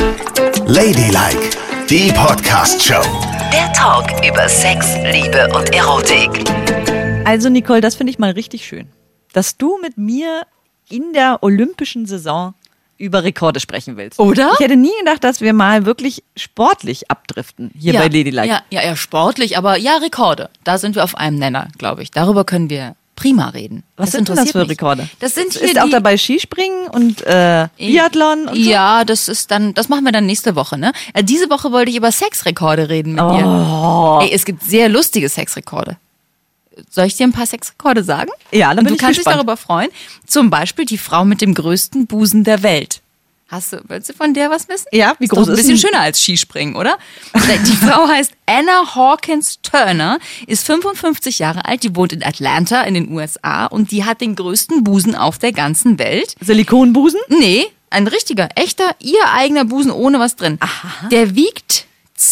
Ladylike, die Podcast-Show. Der Talk über Sex, Liebe und Erotik. Also Nicole, das finde ich mal richtig schön, dass du mit mir in der olympischen Saison über Rekorde sprechen willst. Oder? Ich hätte nie gedacht, dass wir mal wirklich sportlich abdriften hier bei Ladylike. Ja, sportlich, aber ja, Rekorde. Da sind wir auf einem Nenner, glaube ich. Darüber können wir prima reden. Was sind denn das für Rekorde? Das sind hier ist auch dabei Skispringen und Biathlon und so? Ja, das machen wir dann nächste Woche, ne? Diese Woche wollte ich über Sexrekorde reden mit dir. Ey, es gibt sehr lustige Sexrekorde. Soll ich dir ein paar Sexrekorde sagen? Ja, dann bin ich du kannst gespannt. dich darüber freuen. Zum Beispiel die Frau mit dem größten Busen der Welt. Willst du von der was wissen? Ja, wie groß ist ein bisschen schöner als Skispringen, oder? Die Frau heißt Anna Hawkins Turner, ist 55 Jahre alt, die wohnt in Atlanta in den USA und die hat den größten Busen auf der ganzen Welt. Silikonbusen? Nee, ein richtiger, echter, ihr eigener Busen ohne was drin. Aha. Der wiegt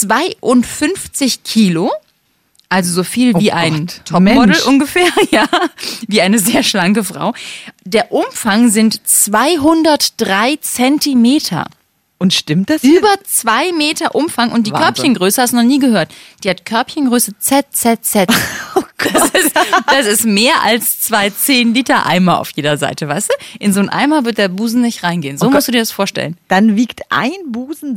52 Kilo. Also so viel wie ein Topmodel Mensch. ungefähr, ja, wie eine sehr schlanke Frau. Der Umfang sind 203 Zentimeter. Und stimmt das? Über 2 Meter Umfang und die Wahnsinn. Körbchengröße hast du noch nie gehört. Die hat Körbchengröße ZZZ. Oh Gott. Das ist mehr als 2 10-Liter-Eimer auf jeder Seite, weißt du? In so einen Eimer wird der Busen nicht reingehen. So musst du dir das vorstellen. Dann wiegt ein Busen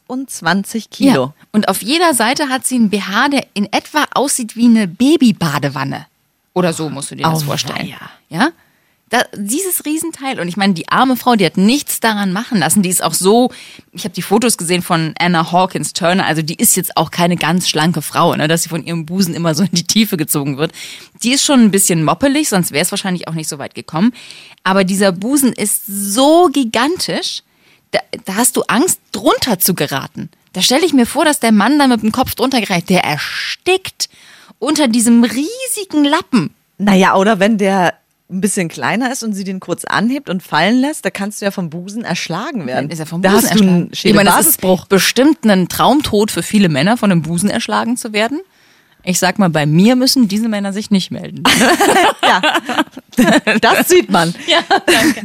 26 Kilo. Ja. Und auf jeder Seite hat sie einen BH, der in etwa aussieht wie eine Babybadewanne. Oder so musst du dir das vorstellen. Ja? Dieses Riesenteil. Und ich meine, die arme Frau, die hat nichts daran machen lassen. Die ist auch so, ich habe die Fotos gesehen von Anna Hawkins Turner, also die ist jetzt auch keine ganz schlanke Frau, ne, dass sie von ihrem Busen immer so in die Tiefe gezogen wird. Die ist schon ein bisschen moppelig, sonst wäre es wahrscheinlich auch nicht so weit gekommen. Aber dieser Busen ist so gigantisch, da hast du Angst, drunter zu geraten. Da stelle ich mir vor, dass der Mann da mit dem Kopf drunter gerät, der erstickt unter diesem riesigen Lappen. Naja, oder wenn der ein bisschen kleiner ist und sie den kurz anhebt und fallen lässt, da kannst du ja vom Busen erschlagen werden. Ist er vom da Busen hast du einen ich meine, das ist Schädelbasisbruch. bestimmt ein Traumtod für viele Männer, von einem Busen erschlagen zu werden. Ich sag mal, bei mir müssen diese Männer sich nicht melden. Ja, das sieht man. Ja, danke.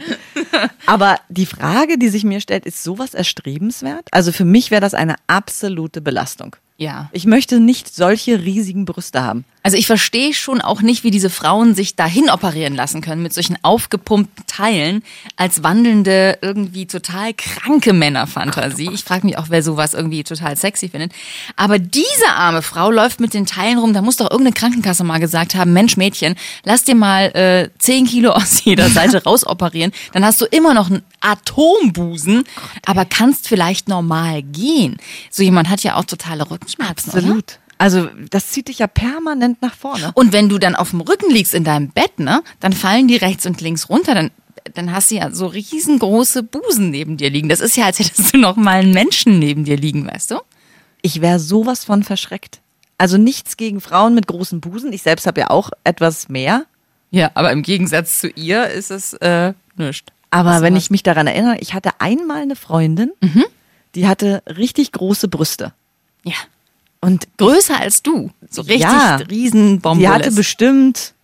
Aber die Frage, die sich mir stellt, ist sowas erstrebenswert? Also für mich wäre das eine absolute Belastung. Ja. Ich möchte nicht solche riesigen Brüste haben. Also ich verstehe schon auch nicht, wie diese Frauen sich dahin operieren lassen können mit solchen aufgepumpten Teilen als wandelnde, irgendwie total kranke Männerfantasie. Ich frage mich auch, wer sowas irgendwie total sexy findet. Aber diese arme Frau läuft mit den Teilen rum. Da muss doch irgendeine Krankenkasse mal gesagt haben, Mensch Mädchen, lass dir mal 10 Kilo aus jeder Seite rausoperieren. Dann hast du immer noch einen Atombusen, aber kannst vielleicht normal gehen. So jemand hat ja auch totale Rückenschmerzen, oder? Absolut. Also das zieht dich ja permanent nach vorne. Und wenn du dann auf dem Rücken liegst in deinem Bett, ne, dann fallen die rechts und links runter, dann hast du ja so riesengroße Busen neben dir liegen. Das ist ja, als hättest du noch mal einen Menschen neben dir liegen, weißt du? Ich wäre sowas von verschreckt. Also nichts gegen Frauen mit großen Busen. Ich selbst habe ja auch etwas mehr. Ja, aber im Gegensatz zu ihr ist es nichts. Aber wenn ich mich daran erinnere, ich hatte einmal eine Freundin, die hatte richtig große Brüste. Ja. Und Größer als du. So richtig Ja. Riesenbombe. die hatte bestimmt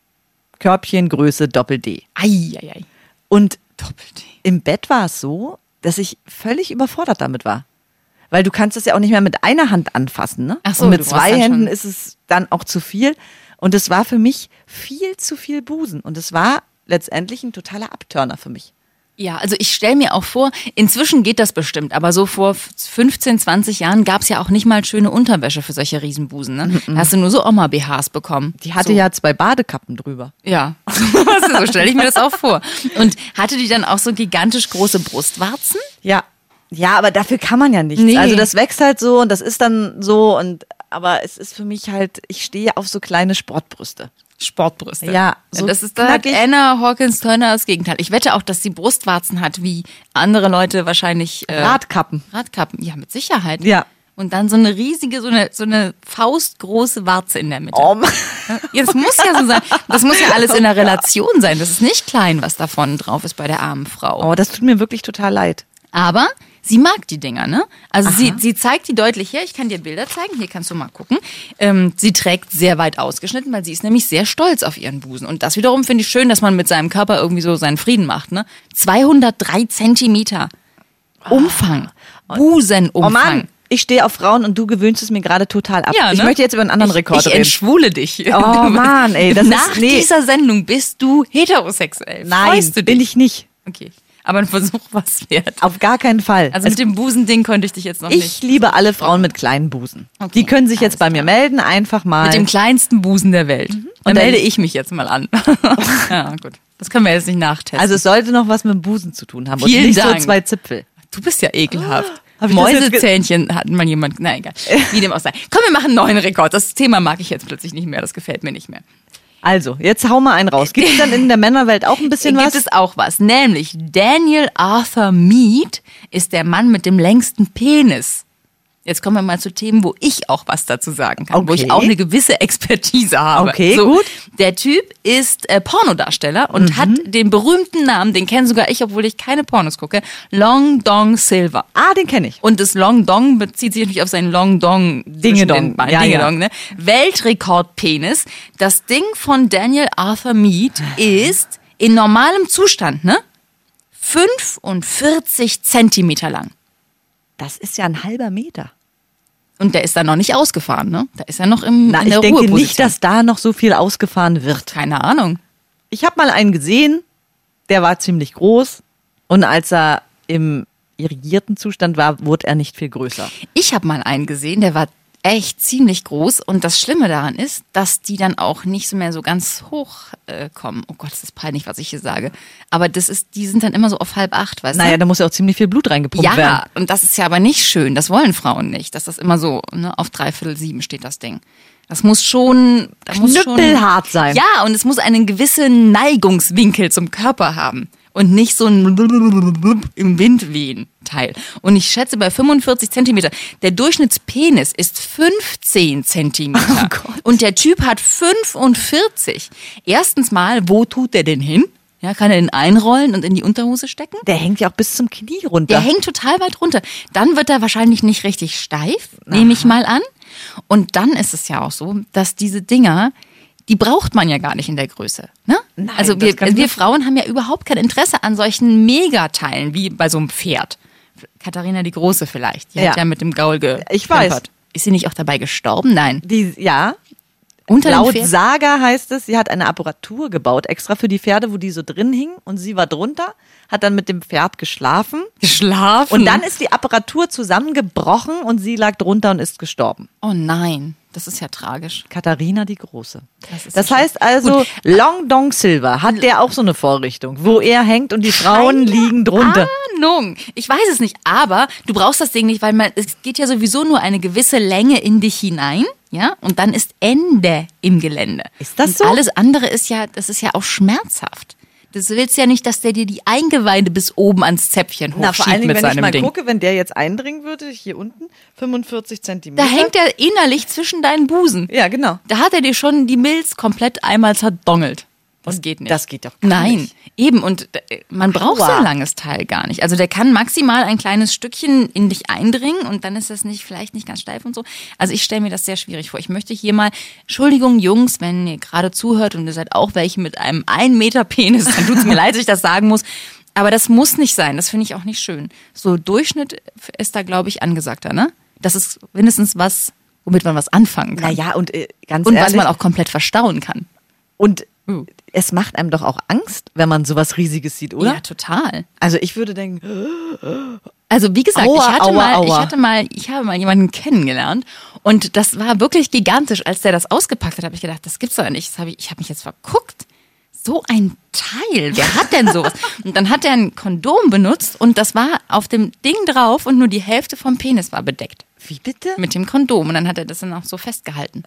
Körbchengröße Doppel-D. Eieiei. Und Doppel-D. im Bett war es so, dass ich völlig überfordert damit war. Weil du kannst das ja auch nicht mehr mit einer Hand anfassen, ne? Ach so, und mit du brauchst 2 dann Händen schon- ist es dann auch zu viel. Und es war für mich viel zu viel Busen. Und es war letztendlich ein totaler Abturner für mich. Ja, also ich stelle mir auch vor, inzwischen geht das bestimmt, aber so vor 15, 20 Jahren gab es ja auch nicht mal schöne Unterwäsche für solche Riesenbusen. Ne? Da hast du nur so Oma-BHs bekommen. Die hatte so. ja 2 Badekappen drüber. Ja, so stelle ich mir das auch vor. Und hatte die dann auch so gigantisch große Brustwarzen? Ja. Ja, aber dafür kann man ja nichts. Nee. Also das wächst halt so und das ist dann so aber es ist für mich halt, ich stehe auf so kleine Sportbrüste. Sportbrüste. Ja, so das ist da knackig. Anna Hawkins Turner das Gegenteil. Ich wette auch, dass sie Brustwarzen hat, wie andere Leute wahrscheinlich Radkappen. Radkappen. Ja, mit Sicherheit. Ja. Und dann so eine riesige, so eine faustgroße Warze in der Mitte. Oh. Ja, das muss ja so sein. Das muss ja alles in der Relation sein. Das ist nicht klein, was da vorne drauf ist bei der armen Frau. Oh, das tut mir wirklich total leid. Aber sie mag die Dinger, ne? Also sie zeigt die deutlich her. Ich kann dir Bilder zeigen. Hier kannst du mal gucken. Sie trägt sehr weit ausgeschnitten, weil sie ist nämlich sehr stolz auf ihren Busen. Und das wiederum finde ich schön, dass man mit seinem Körper irgendwie so seinen Frieden macht, ne? 203 Zentimeter. Umfang. Busenumfang. Oh Mann, ich stehe auf Frauen und du gewöhnst es mir gerade total ab. Ja, ne? Ich möchte jetzt über einen anderen Rekord Ich reden. entschwule dich. Oh Mann, ey, das Nach ist, nee. dieser Sendung bist du heterosexuell. Nein, Freust du dich? bin ich nicht. Okay, aber ein Versuch was wert. Auf gar keinen Fall. Also mit dem Busending konnte ich dich jetzt noch ich nicht. liebe alle Frauen mit kleinen Busen. Okay, Die können sich jetzt alles bei mir melden, einfach mal. Mit dem kleinsten Busen der Welt. Und dann- melde ich mich jetzt mal an. Ja, gut. Das können wir jetzt nicht nachtesten. Also es sollte noch was mit dem Busen zu tun haben Vielen und nicht Dank. so 2 Zipfel. Du bist ja ekelhaft. Hab ich das jetzt Mäusezähnchen hat mal jemand. Na egal. Wie dem auch sei. Komm, wir machen einen neuen Rekord. Das Thema mag ich jetzt plötzlich nicht mehr. Das gefällt mir nicht mehr. Also, jetzt hau mal einen raus. Gibt es dann in der Männerwelt auch ein bisschen was? Gibt es auch was. Nämlich Daniel Arthur Mead ist der Mann mit dem längsten Penis. Jetzt kommen wir mal zu Themen, wo ich auch was dazu sagen kann, wo Okay. ich auch eine gewisse Expertise habe. Okay, gut. Der Typ ist Pornodarsteller und hat den berühmten Namen, den kenne sogar ich, obwohl ich keine Pornos gucke, Long Dong Silver. Ah, den kenne ich. Und das Long Dong bezieht sich natürlich auf seinen Long Dong. Dingedong. Ja, Dingedong, ne? Weltrekordpenis. Das Ding von Daniel Arthur Mead ist in normalem Zustand, ne? 45 Zentimeter lang. Das ist ja ein halber Meter. Und der ist da noch nicht ausgefahren, ne? Da ist er noch in Na, der ich denke Ruheposition. nicht, dass da noch so viel ausgefahren wird. Keine Ahnung. Ich habe mal einen gesehen, der war ziemlich groß und als er im irrigierten Zustand war, wurde er nicht viel größer. Ich habe mal einen gesehen, der war echt ziemlich groß und das Schlimme daran ist, dass die dann auch nicht so mehr so ganz hoch kommen. Oh Gott, das ist peinlich, was ich hier sage. Aber die sind dann immer so auf 7:30, weißt Naja, du? da muss ja auch ziemlich viel Blut reingepumpt Ja, werden. und das ist ja aber nicht schön. Das wollen Frauen nicht, dass das immer so, ne, auf 6:45 steht das Ding. Das muss schon, Knüppelhart sein. Ja, und es muss einen gewissen Neigungswinkel zum Körper haben und nicht so ein im Wind wehen Teil. Und ich schätze bei 45 Zentimeter, der Durchschnittspenis ist 15 Zentimeter. Oh Gott. Und der Typ hat 45. Erstens mal, wo tut der denn hin? Ja, kann er den einrollen und in die Unterhose stecken? Der hängt ja auch bis zum Knie runter. Der hängt total weit runter. Dann wird er wahrscheinlich nicht richtig steif, nehme ich mal an. Und dann ist es ja auch so, dass diese Dinger, die braucht man ja gar nicht in der Größe. Ne? Nein, also das kann wir nicht. Frauen haben ja überhaupt kein Interesse an solchen Megateilen wie bei so einem Pferd. Katharina die Große vielleicht. Die Ja. hat ja mit dem Gaul Ich weiß. geklempert. Ist sie nicht auch dabei gestorben? Nein. Ja, Unter dem laut Pferd? Saga heißt es, sie hat eine Apparatur gebaut, extra für die Pferde, wo die so drin hingen und sie war drunter, hat dann mit dem Pferd geschlafen Geschlafen. und dann ist die Apparatur zusammengebrochen und sie lag drunter und ist gestorben. Oh nein, das ist ja tragisch. Katharina die Große. ist Das ja heißt also, Gut. Long Dong Silver, hat der auch so eine Vorrichtung, wo er hängt und die Frauen liegen drunter. Ahnung. Ich weiß es nicht, aber du brauchst das Ding nicht, weil es geht ja sowieso nur eine gewisse Länge in dich hinein, ja, und dann ist Ende im Gelände. Ist das und so? Alles andere ist ja, das ist ja auch schmerzhaft. Du willst ja nicht, dass der dir die Eingeweide bis oben ans Zäpfchen Na, vor allen hochschiebt Dingen, mit wenn ich seinem mal Ding. gucke, wenn der jetzt eindringen würde, hier unten, 45 Zentimeter. Da hängt er innerlich zwischen deinen Busen. Ja, genau. Da hat er dir schon die Milz komplett einmal zerdongelt. Das geht nicht. das geht doch gar Nein, nicht. eben. Und man braucht so Aua. ein langes Teil gar nicht. Also der kann maximal ein kleines Stückchen in dich eindringen und dann ist das vielleicht nicht ganz steif und so. Also ich stelle mir das sehr schwierig vor. Ich möchte hier mal, Entschuldigung Jungs, wenn ihr gerade zuhört und ihr seid auch welche mit einem 1 Meter Penis, dann tut's mir leid, dass ich das sagen muss. Aber das muss nicht sein. Das finde ich auch nicht schön. So Durchschnitt ist da, glaube ich, angesagter, ne? Das ist mindestens was, womit man was anfangen kann. Naja, und ganz und ehrlich, was man auch komplett verstauen kann. und es macht einem doch auch Angst, wenn man sowas Riesiges sieht, oder? Ja, total. Also ich würde denken, Also wie gesagt, Aua, ich habe mal jemanden kennengelernt und das war wirklich gigantisch. Als der das ausgepackt hat, habe ich gedacht, das gibt's doch nicht. Ich habe mich jetzt verguckt. So ein Teil, wer hat denn sowas? Und dann hat er ein Kondom benutzt und das war auf dem Ding drauf und nur die Hälfte vom Penis war bedeckt wie bitte? mit dem Kondom und dann hat er das dann auch so festgehalten.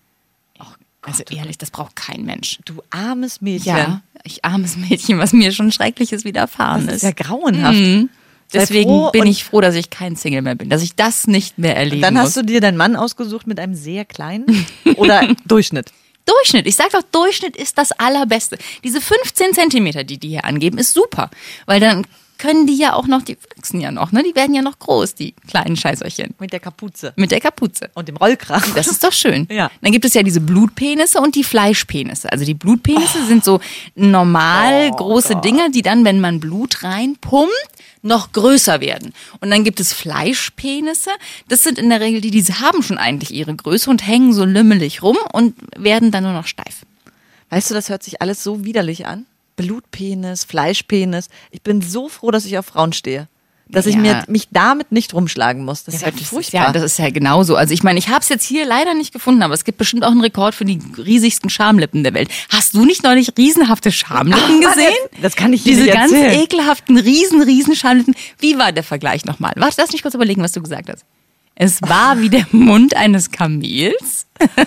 Also ehrlich, das braucht kein Mensch. Du armes Mädchen. Ja, ich armes Mädchen, was mir schon Schreckliches widerfahren Das ist. ist ja grauenhaft. Mhm. Sei Deswegen froh bin und ich froh, dass ich kein Single mehr bin, dass ich das nicht mehr erleben Dann muss. hast du dir deinen Mann ausgesucht mit einem sehr kleinen oder Durchschnitt. Durchschnitt. Ich sag doch, Durchschnitt ist das Allerbeste. Diese 15 Zentimeter, die hier angeben, ist super. Weil dann können die ja auch noch, die wachsen ja noch, ne? Die werden ja noch groß, die kleinen Scheißerchen. Mit der Kapuze. Mit der Kapuze. Und dem Rollkragen. Das ist doch schön. Ja. Dann gibt es ja diese Blutpenisse und die Fleischpenisse. Also die Blutpenisse sind so normal große Dinger, die dann, wenn man Blut reinpumpt, noch größer werden. Und dann gibt es Fleischpenisse. Das sind in der Regel die haben schon eigentlich ihre Größe und hängen so lümmelig rum und werden dann nur noch steif. Weißt du, das hört sich alles so widerlich an. Blutpenis, Fleischpenis. Ich bin so froh, dass ich auf Frauen stehe. Dass ich mich damit nicht rumschlagen muss. Das ist ja furchtbar. Ja, das ist ja genauso. Also ich meine, ich habe es jetzt hier leider nicht gefunden, aber es gibt bestimmt auch einen Rekord für die riesigsten Schamlippen der Welt. Hast du nicht neulich riesenhafte Schamlippen gesehen? Das kann ich dir Diese nicht erzählen. ganz ekelhaften, riesen Schamlippen. Wie war der Vergleich nochmal? Warte, lass mich kurz überlegen, was du gesagt hast. Es war wie der Mund eines Kamels.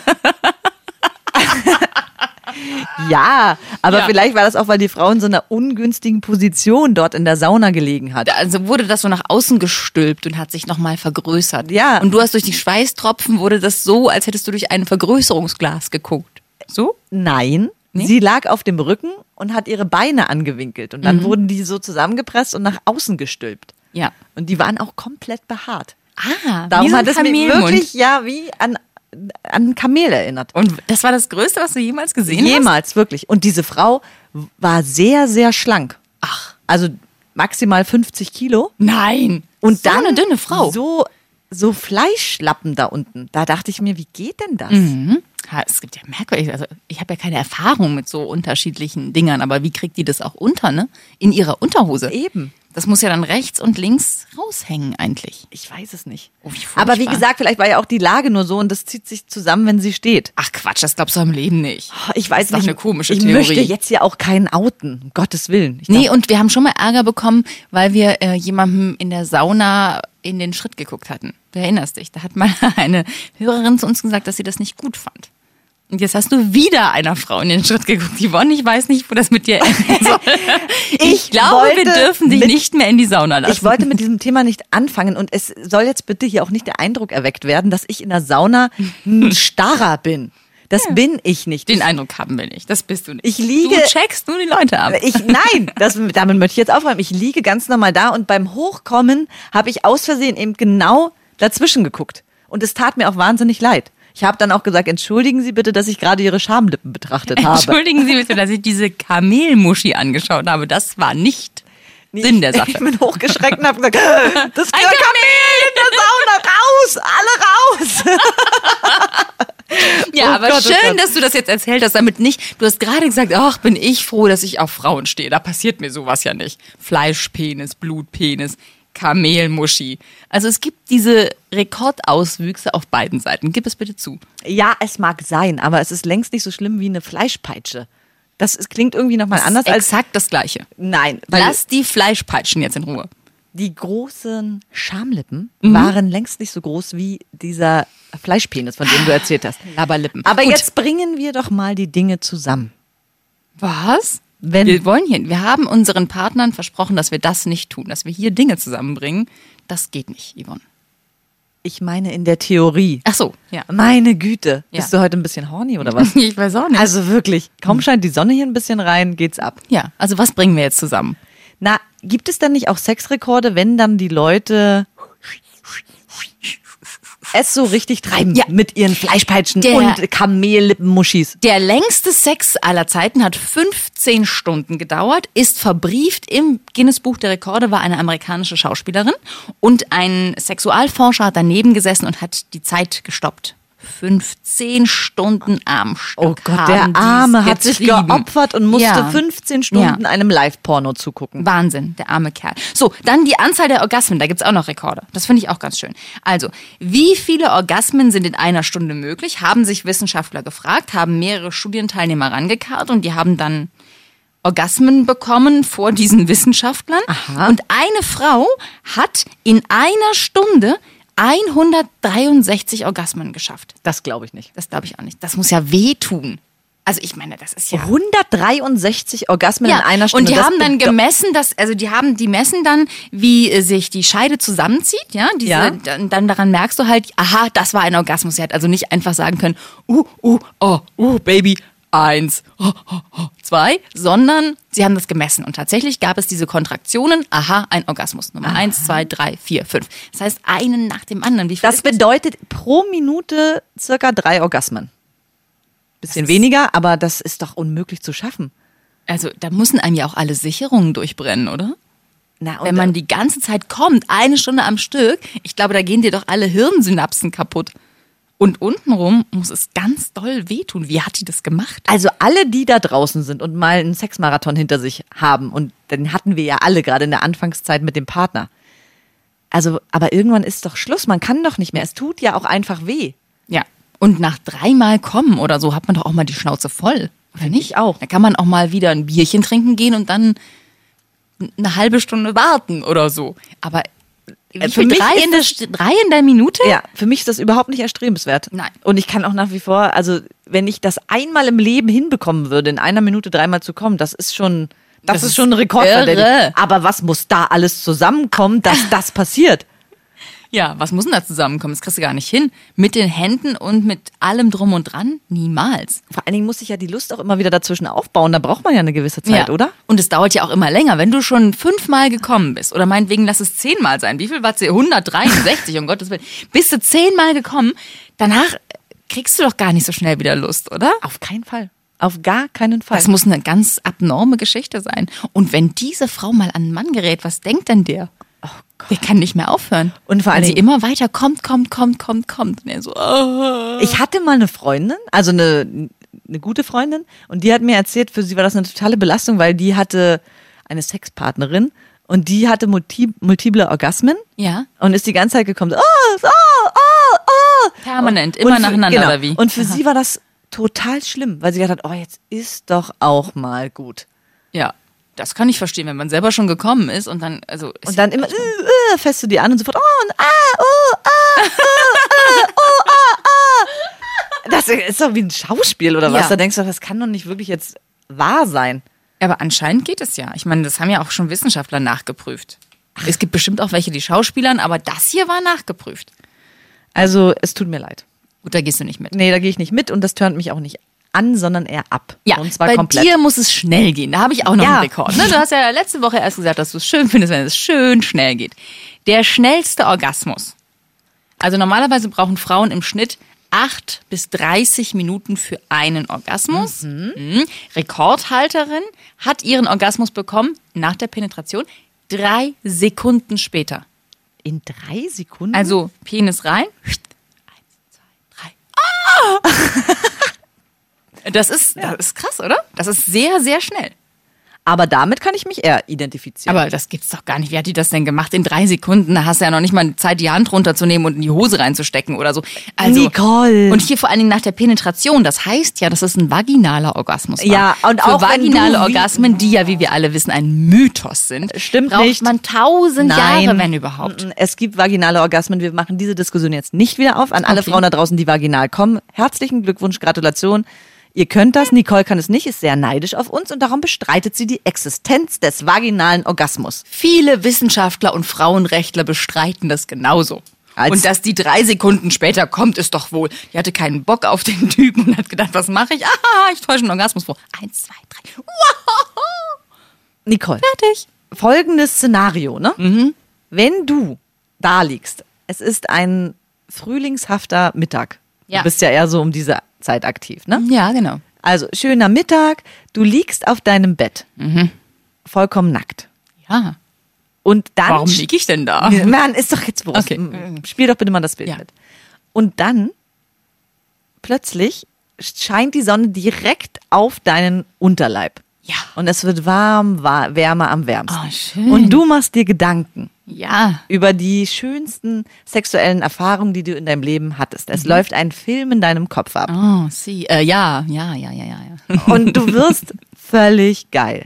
Ja, aber vielleicht war das auch, weil die Frau in so einer ungünstigen Position dort in der Sauna gelegen hat. Also wurde das so nach außen gestülpt und hat sich nochmal vergrößert. Ja. Und du hast durch die Schweißtropfen, wurde das so, als hättest du durch ein Vergrößerungsglas geguckt. So? Nein, sie lag auf dem Rücken und hat ihre Beine angewinkelt. Und dann wurden die so zusammengepresst und nach außen gestülpt. Ja. Und die waren auch komplett behaart. Ah, Darum wie so ein hat es mich Kamelmund. wirklich wie an ein Kamel erinnert. Und das war das Größte, was du jemals gesehen hast? Jemals, wirklich. Und diese Frau war sehr, sehr schlank. Ach. Also maximal 50 Kilo. Nein. Und so dann eine dünne Frau. So Fleischlappen da unten. Da dachte ich mir, wie geht denn das? Ja, es gibt ja merkwürdig, also ich habe ja keine Erfahrung mit so unterschiedlichen Dingern, aber wie kriegt die das auch unter, ne? In ihrer Unterhose. Eben. Das muss ja dann rechts und links raushängen eigentlich. Ich weiß es nicht. Oh, wie furchtbar. Aber wie gesagt, vielleicht war ja auch die Lage nur so und das zieht sich zusammen, wenn sie steht. Ach Quatsch, das glaubst du im Leben nicht. Ich weiß Das ist doch nicht. eine komische ich Theorie. möchte jetzt ja auch keinen outen, um Gottes Willen. Ich Nee, und wir haben schon mal Ärger bekommen, weil wir jemandem in der Sauna in den Schritt geguckt hatten. Du erinnerst dich, da hat mal eine Hörerin zu uns gesagt, dass sie das nicht gut fand. Und jetzt hast du wieder einer Frau in den Schritt geguckt. Yvonne, ich weiß nicht, wo das mit dir enden soll. Ich glaube, wir dürfen dich nicht mehr in die Sauna lassen. Ich wollte mit diesem Thema nicht anfangen und es soll jetzt bitte hier auch nicht der Eindruck erweckt werden, dass ich in der Sauna ein Starrer bin. Das bin ich nicht. Den Eindruck haben wir nicht. Das bist du nicht. Ich liege- Du checkst nur die Leute ab. Damit möchte ich jetzt aufräumen. Ich liege ganz normal da und beim Hochkommen habe ich aus Versehen eben genau dazwischen geguckt. Und es tat mir auch wahnsinnig leid. Ich habe dann auch gesagt, entschuldigen Sie bitte, dass ich gerade Ihre Schamlippen betrachtet habe. Entschuldigen Sie bitte, dass ich diese Kamelmuschi angeschaut habe. Das war nicht Sinn der Sache. Ich bin hochgeschreckt und habe gesagt, das ist ein Kamel in der Sauna, raus, alle raus. Ja, Oh aber Gott, oh schön, Gott. dass du das jetzt erzählt hast, damit nicht, du hast gerade gesagt, ach, bin ich froh, dass ich auf Frauen stehe. Da passiert mir sowas ja nicht. Fleischpenis, Blutpenis, Kamelmuschi. Also es gibt diese Rekordauswüchse auf beiden Seiten. Gib es bitte zu. Ja, es mag sein, aber es ist längst nicht so schlimm wie eine Fleischpeitsche. Es klingt irgendwie nochmal anders als... Exakt das Gleiche. Nein, weil Lass die Fleischpeitschen jetzt in Ruhe. die großen Schamlippen waren längst nicht so groß wie dieser Fleischpenis, von dem du erzählt hast. Labberlippen. Aber Gut. jetzt bringen wir doch mal die Dinge zusammen. Was? Wenn- Wir haben unseren Partnern versprochen, dass wir das nicht tun, dass wir hier Dinge zusammenbringen. Das geht nicht, Yvonne. Ich meine in der Theorie. Ach so, ja. Meine Güte. Ja. Bist du heute ein bisschen horny oder was? Ich weiß auch nicht. Also wirklich, kaum scheint die Sonne hier ein bisschen rein, geht's ab. Ja, also was bringen wir jetzt zusammen? Na, gibt es denn nicht auch Sexrekorde, wenn dann die Leute es so richtig treiben Ja. mit ihren Fleischpeitschen Der- und Kamellippenmuschis? Der längste Sex aller Zeiten hat 15 Stunden gedauert, ist verbrieft im Guinness-Buch der Rekorde, war eine amerikanische Schauspielerin und ein Sexualforscher hat daneben gesessen und hat die Zeit gestoppt. 15 Stunden am Stück. Oh Gott, haben der Arme die's hat sich getrieben. geopfert und musste Ja. 15 Stunden Ja. einem Live-Porno zugucken. Wahnsinn, der arme Kerl. So, dann die Anzahl der Orgasmen, da gibt's auch noch Rekorde. Das finde ich auch ganz schön. Also, wie viele Orgasmen sind in einer Stunde möglich, haben sich Wissenschaftler gefragt, haben mehrere Studienteilnehmer rangekarrt und die haben dann Orgasmen bekommen vor diesen Wissenschaftlern. Aha. Und eine Frau hat in einer Stunde 163 Orgasmen geschafft. Das glaube ich nicht. Das glaube ich auch nicht. Das muss ja wehtun. Also ich meine, das ist ja... 163 Orgasmen in einer Stunde. Und die Das haben dann bedeu- gemessen, die messen dann, wie sich die Scheide zusammenzieht, ja, Ja. dann daran merkst du halt, aha, das war ein Orgasmus. Sie hat also nicht einfach sagen können, Baby, 1, 2, sondern sie haben das gemessen. Und tatsächlich gab es diese Kontraktionen. Aha, ein Orgasmus. Nummer 1, 2, 3, 4, 5. Das heißt, einen nach dem anderen. Wie viel Das bedeutet pro Minute circa 3 Orgasmen. Bisschen weniger, aber das ist doch unmöglich zu schaffen. Also da müssen einem ja auch alle Sicherungen durchbrennen, oder? Na, und Wenn man die ganze Zeit kommt, 1 Stunde am Stück, ich glaube, da gehen dir doch alle Hirnsynapsen kaputt. Und untenrum muss es ganz doll wehtun. Wie hat die das gemacht? also alle, die da draußen sind und mal einen Sexmarathon hinter sich haben, und den hatten wir ja alle gerade in der Anfangszeit mit dem Partner. Also, aber irgendwann ist doch Schluss, man kann doch nicht mehr. Es tut ja auch einfach weh. Ja. Und nach 3 Mal kommen oder so hat man doch auch mal die Schnauze voll. Oder Finde nicht? ich auch. Da kann man auch mal wieder ein Bierchen trinken gehen und dann eine halbe Stunde warten oder so. Aber Für mich 3 in der Minute? Ja, für mich ist das überhaupt nicht erstrebenswert. Nein. Und ich kann auch nach wie vor, also wenn ich das einmal im Leben hinbekommen würde, in einer Minute 3-mal zu kommen, das ist schon ein Rekord. irre. Aber was muss da alles zusammenkommen, dass das passiert? Ja, was muss denn da zusammenkommen? Das kriegst du gar nicht hin. Mit den Händen und mit allem drum und dran? Niemals. Vor allen Dingen muss sich ja die Lust auch immer wieder dazwischen aufbauen. Da braucht man ja eine gewisse Zeit, oder? Und es dauert ja auch immer länger. Wenn du schon 5-mal gekommen bist, oder meinetwegen lass es 10-mal sein. Wie viel war es? 163, um Gottes Willen. Bist du 10-mal gekommen, danach kriegst du doch gar nicht so schnell wieder Lust, oder? Auf keinen Fall. Auf gar keinen Fall. Das muss eine ganz abnorme Geschichte sein. Und wenn diese Frau mal an einen Mann gerät, was denkt denn der? Oh Gott. Der kann nicht mehr aufhören. Und vor allen Weil sie Dingen- immer weiter kommt. Und er so, Ich hatte mal eine Freundin, also eine gute Freundin, und die hat mir erzählt, für sie war das eine totale Belastung, weil die hatte eine Sexpartnerin und die hatte multiple Orgasmen ja, und ist die ganze Zeit gekommen, permanent, immer Und nacheinander, genau. oder wie? Und für sie war das total schlimm, weil sie gedacht hat, oh, jetzt ist doch auch mal gut. Ja, das kann ich verstehen, wenn man selber schon gekommen ist und dann, also. Und dann immer, fässt du die an und sofort, Das ist doch wie ein Schauspiel oder was? Ja. Da denkst du, das kann doch nicht wirklich jetzt wahr sein. Aber anscheinend geht es ja. Ich meine, das haben ja auch schon Wissenschaftler nachgeprüft. Es gibt bestimmt auch welche, die schauspielern, aber das hier war nachgeprüft. Also, es tut mir leid. Gut, da gehst du nicht mit. Nee, da gehe ich nicht mit und das turnt mich auch nicht an, sondern eher ab. Ja, und zwar bei komplett. dir muss es schnell gehen. Da habe ich auch noch Ja. einen Rekord. Ne? Du hast ja letzte Woche erst gesagt, dass du es schön findest, wenn es schön schnell geht. Der schnellste Orgasmus. Also normalerweise brauchen Frauen im Schnitt 8 bis 30 Minuten für einen Orgasmus. Mhm. Rekordhalterin hat ihren Orgasmus bekommen nach der Penetration 3 Sekunden später. In 3 Sekunden? Also Penis rein. 1, 2, 3. Das ist krass, oder? Das ist sehr, sehr schnell. Aber damit kann ich mich eher identifizieren. Aber das gibt's doch gar nicht. Wie hat die das denn gemacht? In 3 Sekunden, da hast du ja noch nicht mal Zeit, die Hand runterzunehmen und in die Hose reinzustecken oder so. Also, Nicole. Und hier vor allen Dingen nach der Penetration. Das heißt ja, dass es ein vaginaler Orgasmus war. Ja, und für auch wenn vaginale du Orgasmen, die ja, wie wir alle wissen, ein Mythos sind, Stimmt braucht nicht. man 1000 Jahre, wenn überhaupt. Es gibt vaginale Orgasmen. Wir machen diese Diskussion jetzt nicht wieder auf. An alle Okay. Frauen da draußen, die vaginal kommen. Herzlichen Glückwunsch, Gratulation. Ihr könnt das. Nicole kann es nicht, ist sehr neidisch auf uns und darum bestreitet sie die Existenz des vaginalen Orgasmus. Viele Wissenschaftler und Frauenrechtler bestreiten das genauso. Und dass die 3 Sekunden später kommt, ist doch wohl. Die hatte keinen Bock auf den Typen und hat gedacht, was mache ich? Ich täusche einen Orgasmus vor. 1, 2, 3. Wow! Nicole, Fertig. folgendes Szenario, ne? Wenn du da liegst, es ist ein frühlingshafter Mittag. Ja. Du bist ja eher so um diese Zeit aktiv, ne? Ja, genau. Also, schöner Mittag, du liegst auf deinem Bett. Vollkommen nackt. Ja. Und dann. Warum liege ich denn da? Mann, ist doch jetzt Wurst. Okay. Spiel doch bitte mal das Bild Ja. mit. Und dann plötzlich scheint die Sonne direkt auf deinen Unterleib. Ja. Und es wird warm, wärmer am wärmsten. Oh, schön. Und du machst dir Gedanken Ja. über die schönsten sexuellen Erfahrungen, die du in deinem Leben hattest. Es läuft ein Film in deinem Kopf ab. Oh, sie. Ja. Und du wirst völlig geil.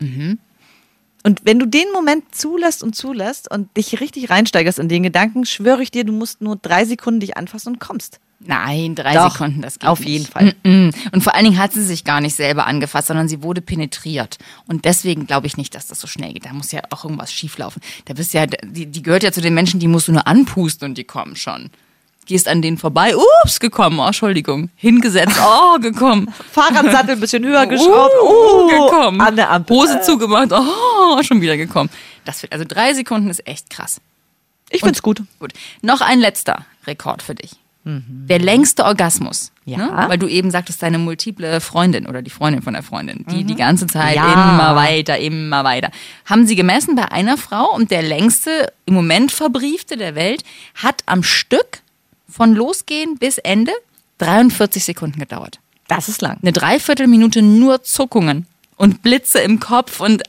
Und wenn du den Moment zulässt und dich richtig reinsteigerst in den Gedanken, schwöre ich dir, du musst nur 3 Sekunden dich anfassen und kommst. Nein, 3 Doch, Sekunden, das geht auf nicht. jeden Fall. Und vor allen Dingen hat sie sich gar nicht selber angefasst, sondern sie wurde penetriert. Und deswegen glaube ich nicht, dass das so schnell geht. Da muss ja auch irgendwas schieflaufen. Da bist ja, die gehört ja zu den Menschen, die musst du nur anpusten und die kommen schon. Gehst an denen vorbei, ups, gekommen, oh, Entschuldigung. Hingesetzt, oh, gekommen. Fahrradsattel ein bisschen höher geschraubt, Gekommen. an der Ampel. Hose zugemacht, oh, schon wieder gekommen. Also 3 Sekunden ist echt krass. Ich find's gut. Gut. Noch ein letzter Rekord für dich. Der längste Orgasmus. Ja. Ne? Weil du eben sagtest, deine multiple Freundin oder die Freundin von der Freundin, die ganze Zeit Ja. immer weiter. Haben sie gemessen bei einer Frau und der längste, im Moment verbriefte der Welt, hat am Stück von Losgehen bis Ende 43 Sekunden gedauert. Das ist lang. Eine Dreiviertelminute nur Zuckungen und Blitze im Kopf und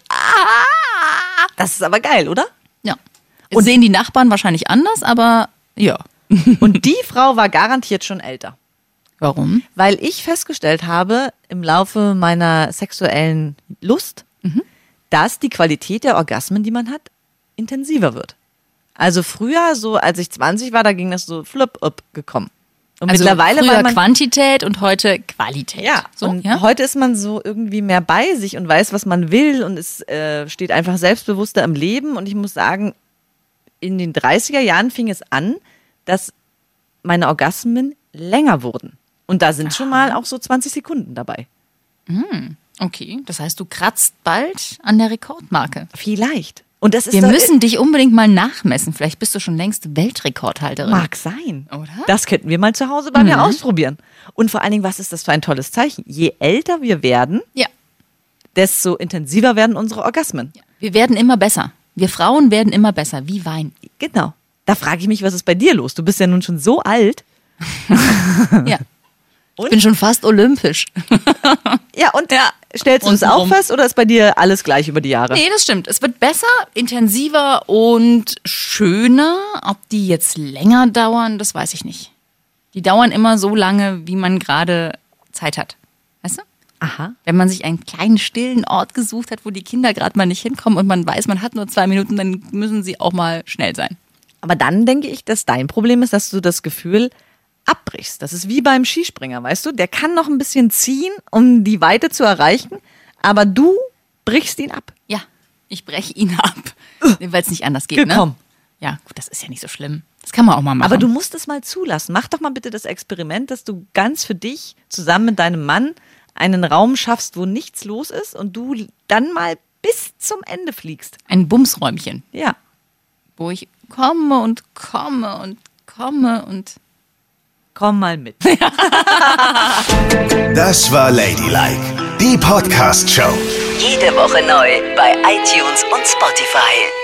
Das ist aber geil, oder? ja. Und sehen die Nachbarn wahrscheinlich anders, aber ja. Und die Frau war garantiert schon älter. Warum? Weil ich festgestellt habe im Laufe meiner sexuellen Lust, dass die Qualität der Orgasmen, die man hat, intensiver wird. Also früher, so als ich 20 war, da ging das so flup-up gekommen. Und Also mittlerweile früher war man Quantität und heute Qualität. ja, so, und ja? heute ist man so irgendwie mehr bei sich und weiß, was man will und es steht einfach selbstbewusster im Leben. Und ich muss sagen, in den 30er Jahren fing es an, dass meine Orgasmen länger wurden. Und da sind schon mal auch so 20 Sekunden dabei. Okay, das heißt, du kratzt bald an der Rekordmarke. Vielleicht. Und das ist Wir doch- müssen dich unbedingt mal nachmessen. Vielleicht bist du schon längst Weltrekordhalterin. Mag sein. Oder? Das könnten wir mal zu Hause bei mir ausprobieren. Und vor allen Dingen, was ist das für ein tolles Zeichen? Je älter wir werden, Ja. desto intensiver werden unsere Orgasmen. Wir werden immer besser. Wir Frauen werden immer besser, wie Wein. Genau. Da frage ich mich, was ist bei dir los? Du bist ja nun schon so alt. Ja. Und? Ich bin schon fast olympisch. Ja, und stellst du es auch Untenrum. fest oder ist bei dir alles gleich über die Jahre? Nee, das stimmt. Es wird besser, intensiver und schöner. Ob die jetzt länger dauern, das weiß ich nicht. Die dauern immer so lange, wie man gerade Zeit hat. Weißt du? Aha. Wenn man sich einen kleinen, stillen Ort gesucht hat, wo die Kinder gerade mal nicht hinkommen und man weiß, man hat nur 2 Minuten, dann müssen sie auch mal schnell sein. Aber dann denke ich, dass dein Problem ist, dass du das Gefühl abbrichst. Das ist wie beim Skispringer, weißt du? Der kann noch ein bisschen ziehen, um die Weite zu erreichen, aber du brichst ihn ab. Ja, ich breche ihn ab, weil es nicht anders geht. Gekommen. Ne? Ja, gut, das ist ja nicht so schlimm. Das kann man auch mal machen. Aber du musst es mal zulassen. Mach doch mal bitte das Experiment, dass du ganz für dich zusammen mit deinem Mann einen Raum schaffst, wo nichts los ist und du dann mal bis zum Ende fliegst. Ein Bumsräumchen, Ja. wo ich komme und komme und komme und... Komm mal mit. Das war Ladylike, die Podcast-Show. Jede Woche neu bei iTunes und Spotify.